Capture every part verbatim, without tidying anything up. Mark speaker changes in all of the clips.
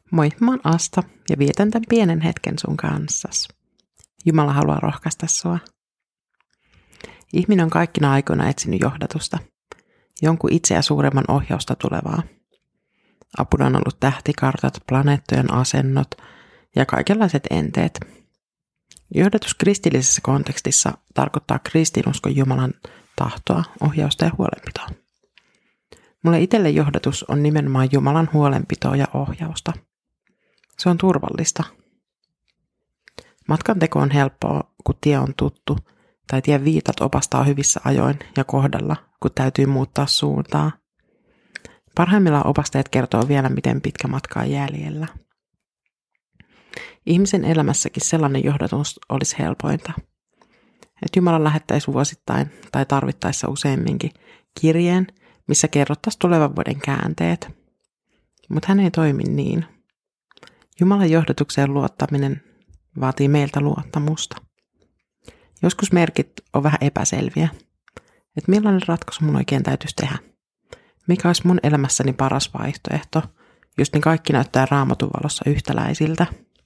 Speaker 1: Moi, mä oon Asta ja vietän tämän pienen hetken sun kanssas. Jumala haluaa rohkaista sua. Ihminen on kaikkina aikoina etsinyt johdatusta, jonkun itseä suuremman ohjausta tulevaa. Apuna on ollut tähtikartat, planeettojen asennot ja kaikenlaiset enteet. Johdatus kristillisessä kontekstissa tarkoittaa kristinuskon Jumalan tahtoa, ohjausta ja huolenpitoa. Mulle itselle johdatus on nimenomaan Jumalan huolenpitoa ja ohjausta. Se on turvallista. Matkanteko on helppoa, kun tie on tuttu, tai tien viitat opastaa hyvissä ajoin ja kohdalla, kun täytyy muuttaa suuntaa. Parhaimmillaan opastajat kertoo vielä, miten pitkä matka on jäljellä. Ihmisen elämässäkin sellainen johdatus olisi helpointa. Että Jumala lähettäisi vuosittain tai tarvittaessa useamminkin kirjeen, missä kerrottaisiin tulevan vuoden käänteet. Mutta hän ei toimi niin. Jumalan johdatukseen luottaminen vaatii meiltä luottamusta. Joskus merkit on vähän epäselviä, että millainen ratkaisu mun oikein täytyisi tehdä. Mikä olisi mun elämässäni paras vaihtoehto, jos ne kaikki näyttää Raamatun valossa yhtäläisiltä.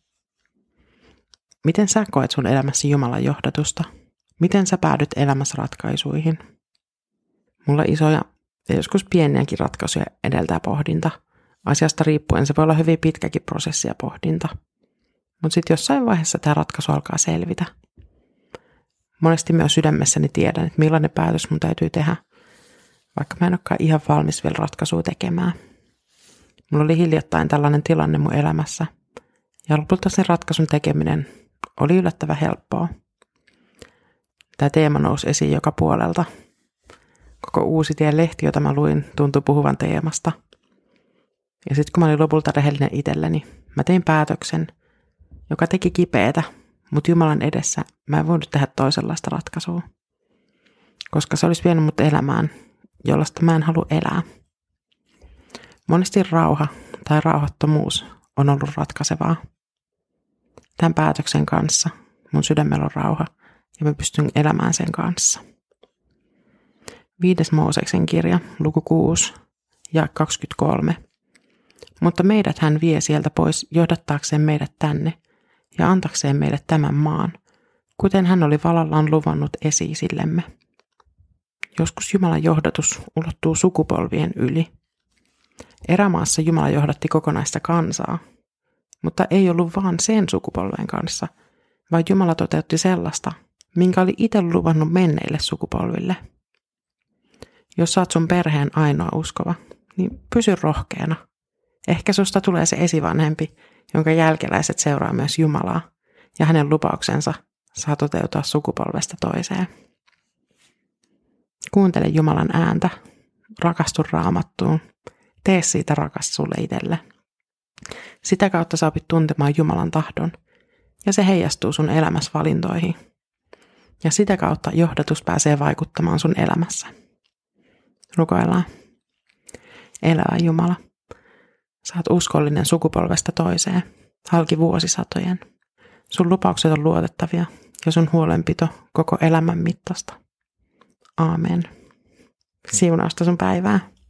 Speaker 1: Miten sä koet sun elämässä Jumalan johdatusta? Miten sä päädyt elämässä ratkaisuihin? Mulla isoja ja joskus pieniäkin ratkaisuja edeltää pohdinta. Asiasta riippuen se voi olla hyvin pitkäkin prosessi ja pohdinta. Mutta sitten jossain vaiheessa tämä ratkaisu alkaa selvitä. Monesti myös sydämessäni tiedän, että millainen päätös mun täytyy tehdä, vaikka mä en olekaan ihan valmis vielä ratkaisua tekemään. Mulla oli hiljattain tällainen tilanne mun elämässä, ja lopulta sen ratkaisun tekeminen oli yllättävän helppoa. Tämä teema nousi esiin joka puolelta. Koko Uusitie-lehti, jota mä luin, tuntui puhuvan teemasta. Ja sitten kun mä olin lopulta rehellinen itselleni, mä tein päätöksen, joka teki kipeätä, mutta Jumalan edessä mä en voinut tehdä toisenlaista ratkaisua. Koska se olisi vienyt mut elämään, jollaista mä en halua elää. Monesti rauha tai rauhattomuus on ollut ratkaisevaa. Tämän päätöksen kanssa mun sydämellä on rauha ja mä pystyn elämään sen kanssa. Viides Mooseksen kirja, luku kuusi ja kaksikymmentäkolme. Mutta meidät hän vie sieltä pois johdattaakseen meidät tänne ja antakseen meille tämän maan, kuten hän oli vallallaan luvannut esi-isillemme. Joskus Jumalan johdatus ulottuu sukupolvien yli. Erämaassa Jumala johdatti kokonaista kansaa, mutta ei ollut vaan sen sukupolven kanssa, vaan Jumala toteutti sellaista, minkä oli itse luvannut menneille sukupolville. Jos sä oot sun perheen ainoa uskova, niin pysy rohkeana. Ehkä susta tulee se esivanhempi, jonka jälkeläiset seuraa myös Jumalaa, ja hänen lupauksensa saa toteutua sukupolvesta toiseen. Kuuntele Jumalan ääntä, rakastu Raamattuun, tee siitä rakas sulle itselle. Sitä kautta sä opit tuntemaan Jumalan tahdon, ja se heijastuu sun elämässä valintoihin. Ja sitä kautta johdatus pääsee vaikuttamaan sun elämässä. Rukoillaan. Elävä Jumala, sä oot uskollinen sukupolvesta toiseen, halki vuosisatojen. Sun lupaukset on luotettavia ja sun huolenpito koko elämän mittaista. Aamen. Siunausta sun päivää.